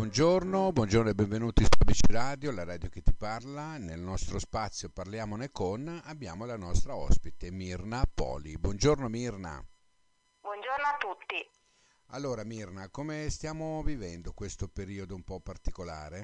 Buongiorno e benvenuti su ABC Radio, la radio che ti parla. Nel nostro spazio Parliamone con abbiamo la nostra ospite Mirna Poli. Buongiorno Mirna. Buongiorno a tutti. Allora Mirna, come stiamo vivendo questo periodo un po' particolare?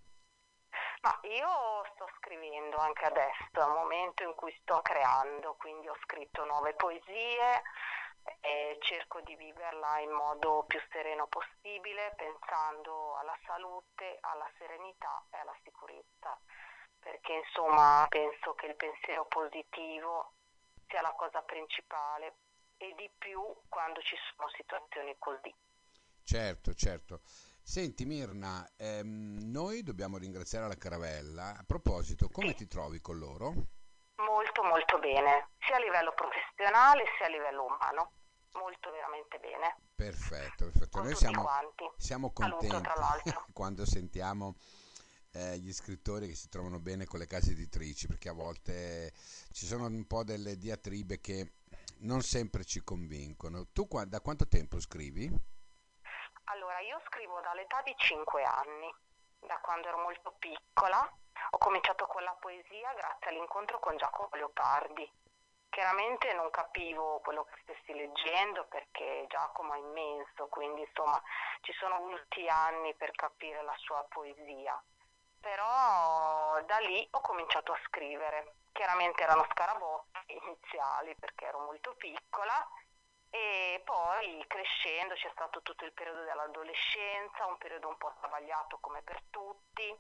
Ma io sto scrivendo anche adesso, è un momento in cui sto creando, quindi ho scritto nuove poesie e cerco di viverla in modo più sereno possibile, pensando alla salute, alla serenità e alla sicurezza, perché insomma penso che il pensiero positivo sia la cosa principale e di più quando ci sono situazioni così. Certo, certo. Senti Mirna, noi dobbiamo ringraziare la Caravella. A proposito, come Sì. ti trovi con loro? Molto molto bene, sia a livello professionale sia a livello umano. Molto veramente bene, Perfetto, perfetto. con Noi tutti siamo, quanti. siamo Saluto tra contenti l'altro. quando sentiamo gli scrittori che si trovano bene con le case editrici, perché a volte ci sono un po' delle diatribe che non sempre ci convincono. Tu da quanto tempo scrivi? Allora, io scrivo dall'età di 5 anni, da quando ero molto piccola. Ho cominciato con la poesia grazie all'incontro con Giacomo Leopardi. Chiaramente non capivo quello che stessi leggendo perché Giacomo è immenso, quindi insomma ci sono voluti anni per capire la sua poesia. Però da lì ho cominciato a scrivere. Chiaramente erano scarabotti iniziali perché ero molto piccola e poi crescendo c'è stato tutto il periodo dell'adolescenza, un periodo un po' travagliato come per tutti,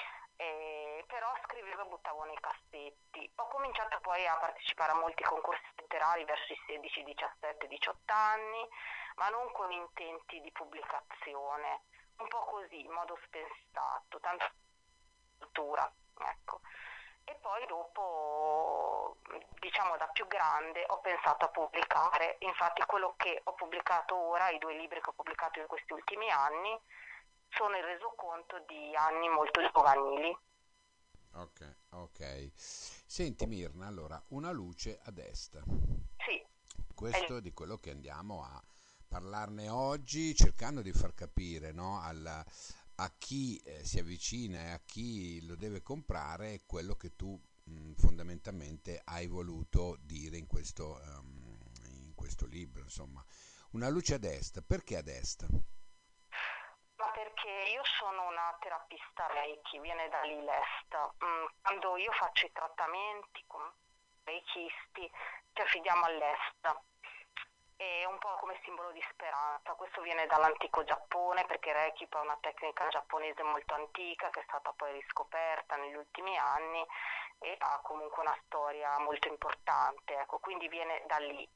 però scrivevo e buttavo nei cassetti. Ho cominciato poi a partecipare a molti concorsi letterari verso i 16, 17, 18 anni, ma non con intenti di pubblicazione, un po' così, in modo spensato, tanto cultura, ecco. E poi dopo, diciamo da più grande, ho pensato a pubblicare. Infatti quello che ho pubblicato ora, i due libri che ho pubblicato in questi ultimi anni, sono il resoconto di anni molto giovanili. Ok, ok. Senti Mirna, allora, una luce ad est. Sì, è Questo è di quello che andiamo a parlarne oggi, cercando di far capire, no, a chi si avvicina e a chi lo deve comprare quello che tu fondamentalmente hai voluto dire in questo libro, insomma. Una luce ad est, perché ad est? ma perché io sono una terapista Reiki, viene da lì l'est. Quando io faccio i trattamenti con reikisti, ci affidiamo all'est. È un po' come simbolo di speranza. Questo viene dall'antico Giappone, perché Reiki poi è una tecnica giapponese molto antica che è stata poi riscoperta negli ultimi anni e ha comunque una storia molto importante, ecco, quindi viene da lì.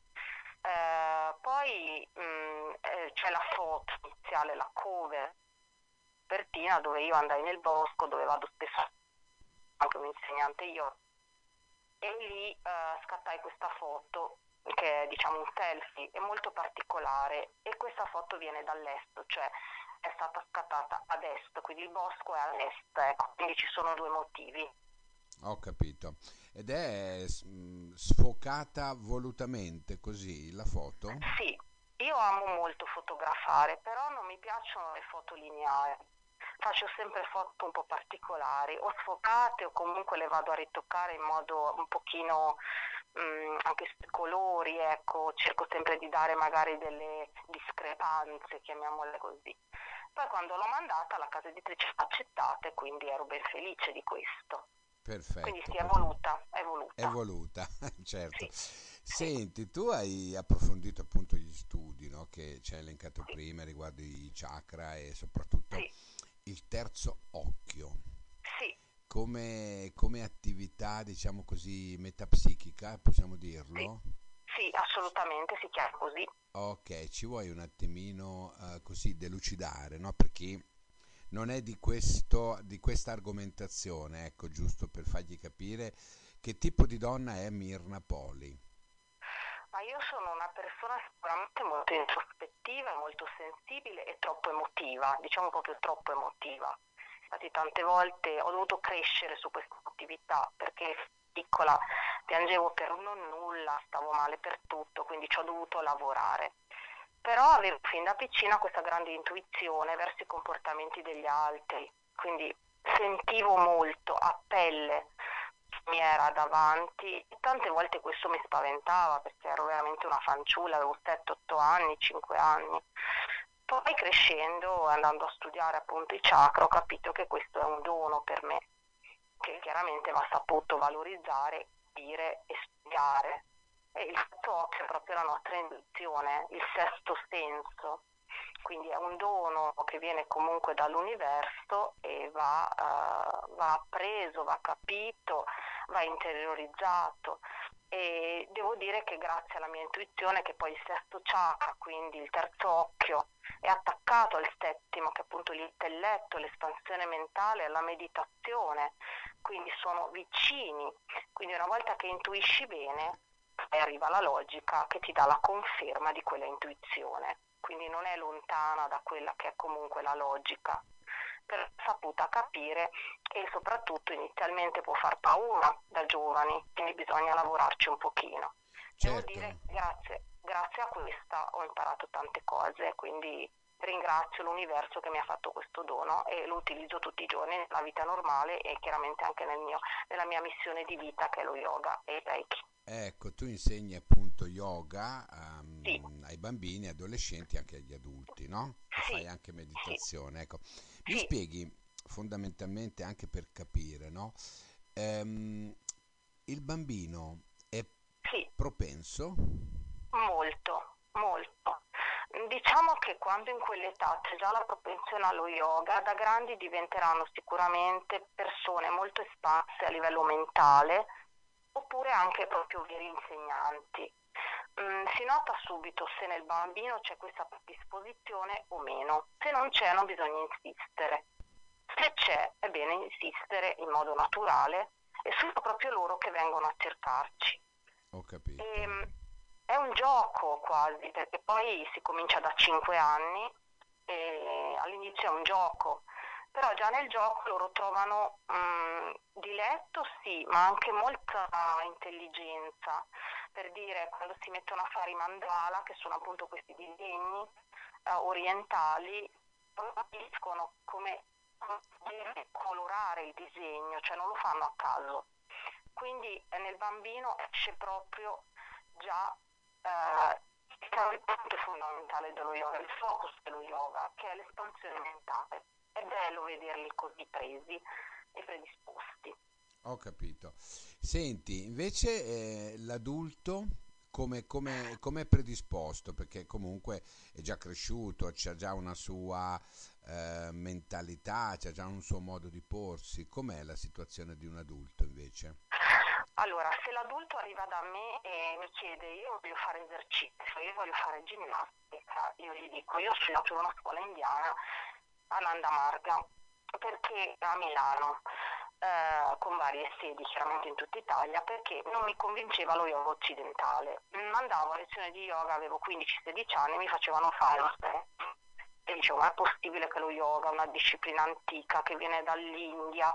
Poi c'è la foto iniziale, la cover Bertina, dove io andai nel bosco, dove vado spesso anche un insegnante io, e lì scattai questa foto che è diciamo un selfie, è molto particolare e questa foto viene dall'est, cioè è stata scattata ad est, quindi il bosco è all'est, ecco, quindi ci sono due motivi. Ho capito. Ed è sfocata volutamente così la foto? Sì, io amo molto fotografare, però non mi piacciono le foto lineari. Faccio sempre foto un po' particolari, o sfocate o comunque le vado a ritoccare in modo un pochino anche sui colori, ecco, cerco sempre di dare magari delle discrepanze, chiamiamole così. Poi quando l'ho mandata la casa editrice l'ha accettata e quindi ero ben felice di questo. Quindi Perfetto, sì, è perfetto. voluta, è È voluta. voluta, certo. Sì, sì, Senti, tu hai approfondito appunto gli studi, no, che ci hai elencato sì, prima riguardo i chakra e soprattutto sì, il terzo occhio sì. come attività, diciamo così, metapsichica, possiamo Sì, dirlo? sì, assolutamente, si chiama così. Ok, ci vuoi un attimino così delucidare, no? Per chi non è di questa argomentazione, ecco, giusto per fargli capire che tipo di donna è Mirna Poli. Ma io sono una persona sicuramente molto introspettiva, molto sensibile e troppo emotiva, diciamo proprio troppo emotiva. Infatti tante volte ho dovuto crescere su questa attività perché piccola piangevo per non nulla, stavo male per tutto, quindi ci ho dovuto lavorare. però avevo fin da piccina questa grande intuizione verso i comportamenti degli altri, quindi sentivo molto a pelle chi mi era davanti e tante volte questo mi spaventava perché ero veramente una fanciulla, avevo 7-8 anni, 5 anni. Poi crescendo, andando a studiare appunto i chakra, ho capito che questo è un dono per me, che chiaramente va saputo valorizzare, dire e studiare. E il terzo occhio è proprio la nostra intuizione, il sesto senso, quindi è un dono che viene comunque dall'universo e va appreso, va capito, va interiorizzato. E devo dire che grazie alla mia intuizione, che poi il sesto chakra, quindi il terzo occhio, è attaccato al settimo, che è appunto l'intelletto, l'espansione mentale, la meditazione, quindi sono vicini. Quindi una volta che intuisci bene, poi arriva la logica che ti dà la conferma di quella intuizione. Quindi non è lontana da quella che è comunque la logica, però è saputa capire e soprattutto inizialmente può far paura da giovani, quindi bisogna lavorarci un pochino. Devo Certo. dire che grazie a questa ho imparato tante cose, quindi ringrazio l'universo che mi ha fatto questo dono e lo utilizzo tutti i giorni nella vita normale e chiaramente anche nella mia missione di vita che è lo yoga e il Reiki. Ecco, tu insegni appunto yoga Sì, ai bambini, adolescenti e anche agli adulti, no? E fai sì, anche sì, meditazione. Ecco, mi sì, spieghi fondamentalmente anche per capire, no? Ehm, il bambino è sì. propenso? Molto, molto. Diciamo che quando in quell'età c'è già la propensione allo yoga, da grandi diventeranno sicuramente persone molto espanse a livello mentale, oppure anche proprio veri insegnanti. Si nota subito se nel bambino c'è questa predisposizione o meno. Se non c'è, non bisogna insistere. Se c'è, è bene insistere in modo naturale e sono proprio loro che vengono a cercarci. Ho capito. È un gioco quasi, perché poi si comincia da 5 anni e all'inizio è un gioco, però già nel gioco loro trovano diletto, sì, ma anche molta intelligenza. Per dire, quando si mettono a fare i mandala, che sono appunto questi disegni orientali, capiscono come colorare il disegno, cioè non lo fanno a caso. Quindi nel bambino esce proprio già il punto fondamentale dello yoga, il focus dello yoga, che è l'espansione mentale. È bello vederli così presi e predisposti. Ho capito. Senti, invece l'adulto come è predisposto? Perché comunque è già cresciuto, c'ha già una sua mentalità, c'ha già un suo modo di porsi. Com'è la situazione di un adulto invece? Allora, se l'adulto arriva da me e mi chiede io voglio fare esercizio, io voglio fare ginnastica, io gli dico io ho studiato in una scuola indiana a Nanda Marga, perché a Milano, con varie sedi chiaramente in tutta Italia, perché non mi convinceva lo yoga occidentale. Andavo a lezione di yoga, avevo 15-16 anni, mi facevano fare lo step e dicevo, ma è possibile che lo yoga, una disciplina antica che viene dall'India,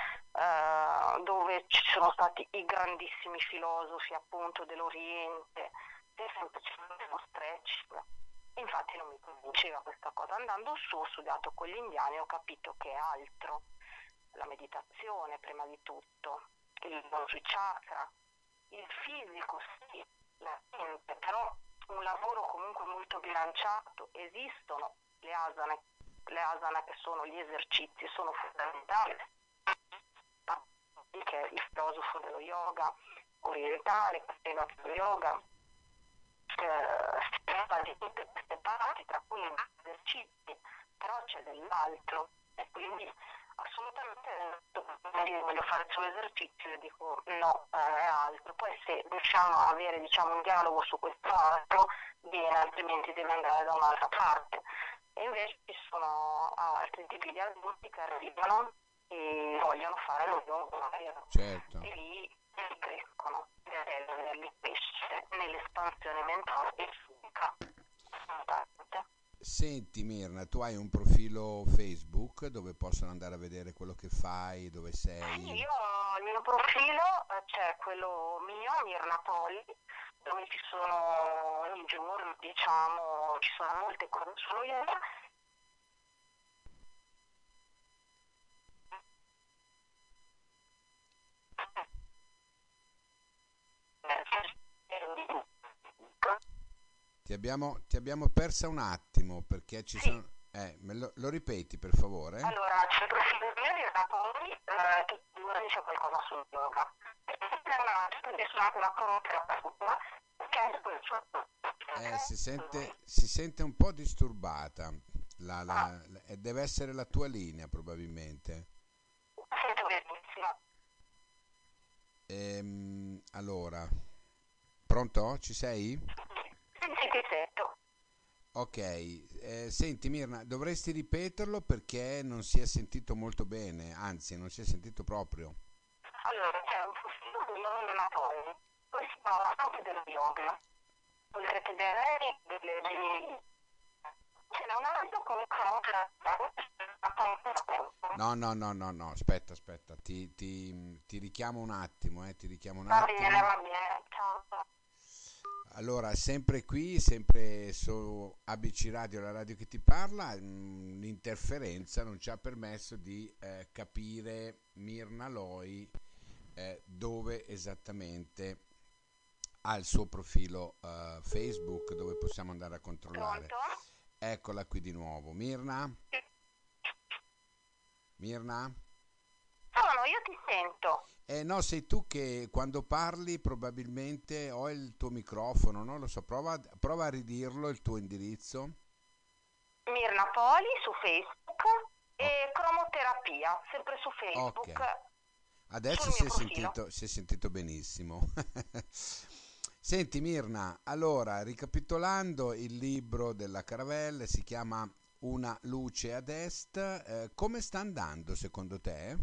dove ci sono stati i grandissimi filosofi appunto dell'Oriente, è semplicemente uno stretching. E infatti non mi convinceva questa cosa. Andando su, ho studiato con gli indiani e ho capito che è altro. La meditazione prima di tutto, il lavoro sui chakra, il fisico, sì, la mente, però un lavoro comunque molto bilanciato. Esistono le asana che sono gli esercizi, sono fondamentali, che è il filosofo dello yoga orientale, che spiega che lo yoga si tratta di tutte queste parti, tra cui gli esercizi, però c'è dell'altro e quindi assolutamente io voglio fare solo esercizio e dico no, è altro. Poi se riusciamo a avere diciamo un dialogo su questo altro, bene, altrimenti deve andare da un'altra parte. E invece ci sono altri tipi di adulti che arrivano e vogliono fare lo yoga Certo. e lì crescono, è bello vederli crescere nell'espansione mentale e fisica. Assolutamente. Senti Mirna, tu hai un profilo Facebook dove possono andare a vedere quello che fai, dove Sì, sei? io il mio profilo c'è quello mio, Mirna Poli, dove ci sono i giorni, diciamo, ci sono molte cose solo io. Ti abbiamo persa un attimo perché ci Sì, sono... lo ripeti per favore? allora c'è il profilo mio di Napoli, tutti i giorni c'è qualcosa sul yoga. E quindi sono anche una cronoterapeuta, che è Si sente un po' disturbata. ah, Deve essere la tua linea probabilmente. sento benissimo. Allora, pronto? Ci sei? Sì, sì, ti sento. Ok, senti Mirna, dovresti ripeterlo perché non si è sentito molto bene, anzi non si è sentito proprio. Allora, c'è un profilo mio di Napoli, poi si parla anche dello yoga, potrete vedere delle. Ce n'è un altro come cronoterapeuta. No, no, no, no, no, aspetta, aspetta, ti richiamo un attimo, ti richiamo un attimo. Va bene, ciao. Allora, sempre qui, sempre su ABC Radio, la radio che ti parla, l'interferenza non ci ha permesso di capire Mirna Loi dove esattamente ha il suo profilo Facebook dove possiamo andare a controllare. Pronto? Eccola qui di nuovo. Mirna? Mirna? Sono, io ti sento. No, sei tu che quando parli probabilmente ho il tuo microfono, non lo so, prova a ridirlo il tuo indirizzo. Mirna Poli su Facebook O- e cromoterapia, sempre su ok, Facebook, adesso sul mio profilo. si è sentito benissimo. Senti Mirna, allora, ricapitolando il libro della Caravelle si chiama Una luce ad est, come sta andando secondo te?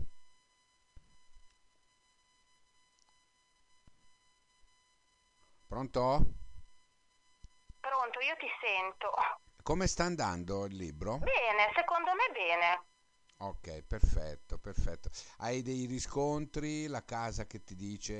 Pronto? Pronto, io ti sento. Come sta andando il libro? Bene, secondo me bene. Ok, perfetto, perfetto. Hai dei riscontri, la casa che ti dice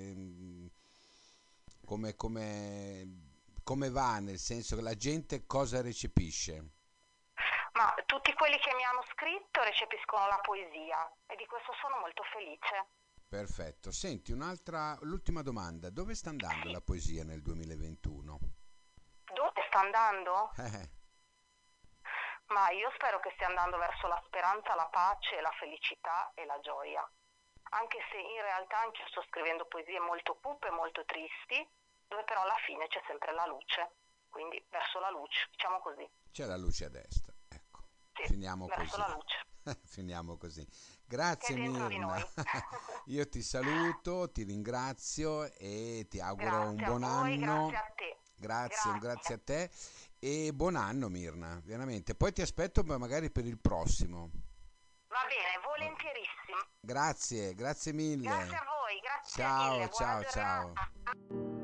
come va, nel senso che la gente cosa recepisce? Ma tutti quelli che mi hanno scritto recepiscono la poesia e di questo sono molto felice. Perfetto. Senti, l'ultima domanda. Dove sta andando Sì, la poesia nel 2021? dove sta andando? Eh, Ma io spero che stia andando verso la speranza, la pace, la felicità e la gioia. Anche se in realtà anche io sto scrivendo poesie molto cupe, molto tristi, dove però alla fine c'è sempre la luce. Quindi verso la luce, diciamo così. c'è la luce a destra. Ecco, Sì, finiamo verso così. la luce, Finiamo così. che è Grazie dentro di Mirna. noi. Io ti saluto, ti ringrazio e ti auguro un Grazie a buon voi, grazie anno. a te. Grazie, un grazie Grazie. a te e buon anno Mirna, veramente. Poi ti aspetto magari per il prossimo. Va bene, Va bene. volentierissimo. Grazie, grazie Grazie mille. a voi, grazie Ciao, mille, buona ciao, ciao. giornata.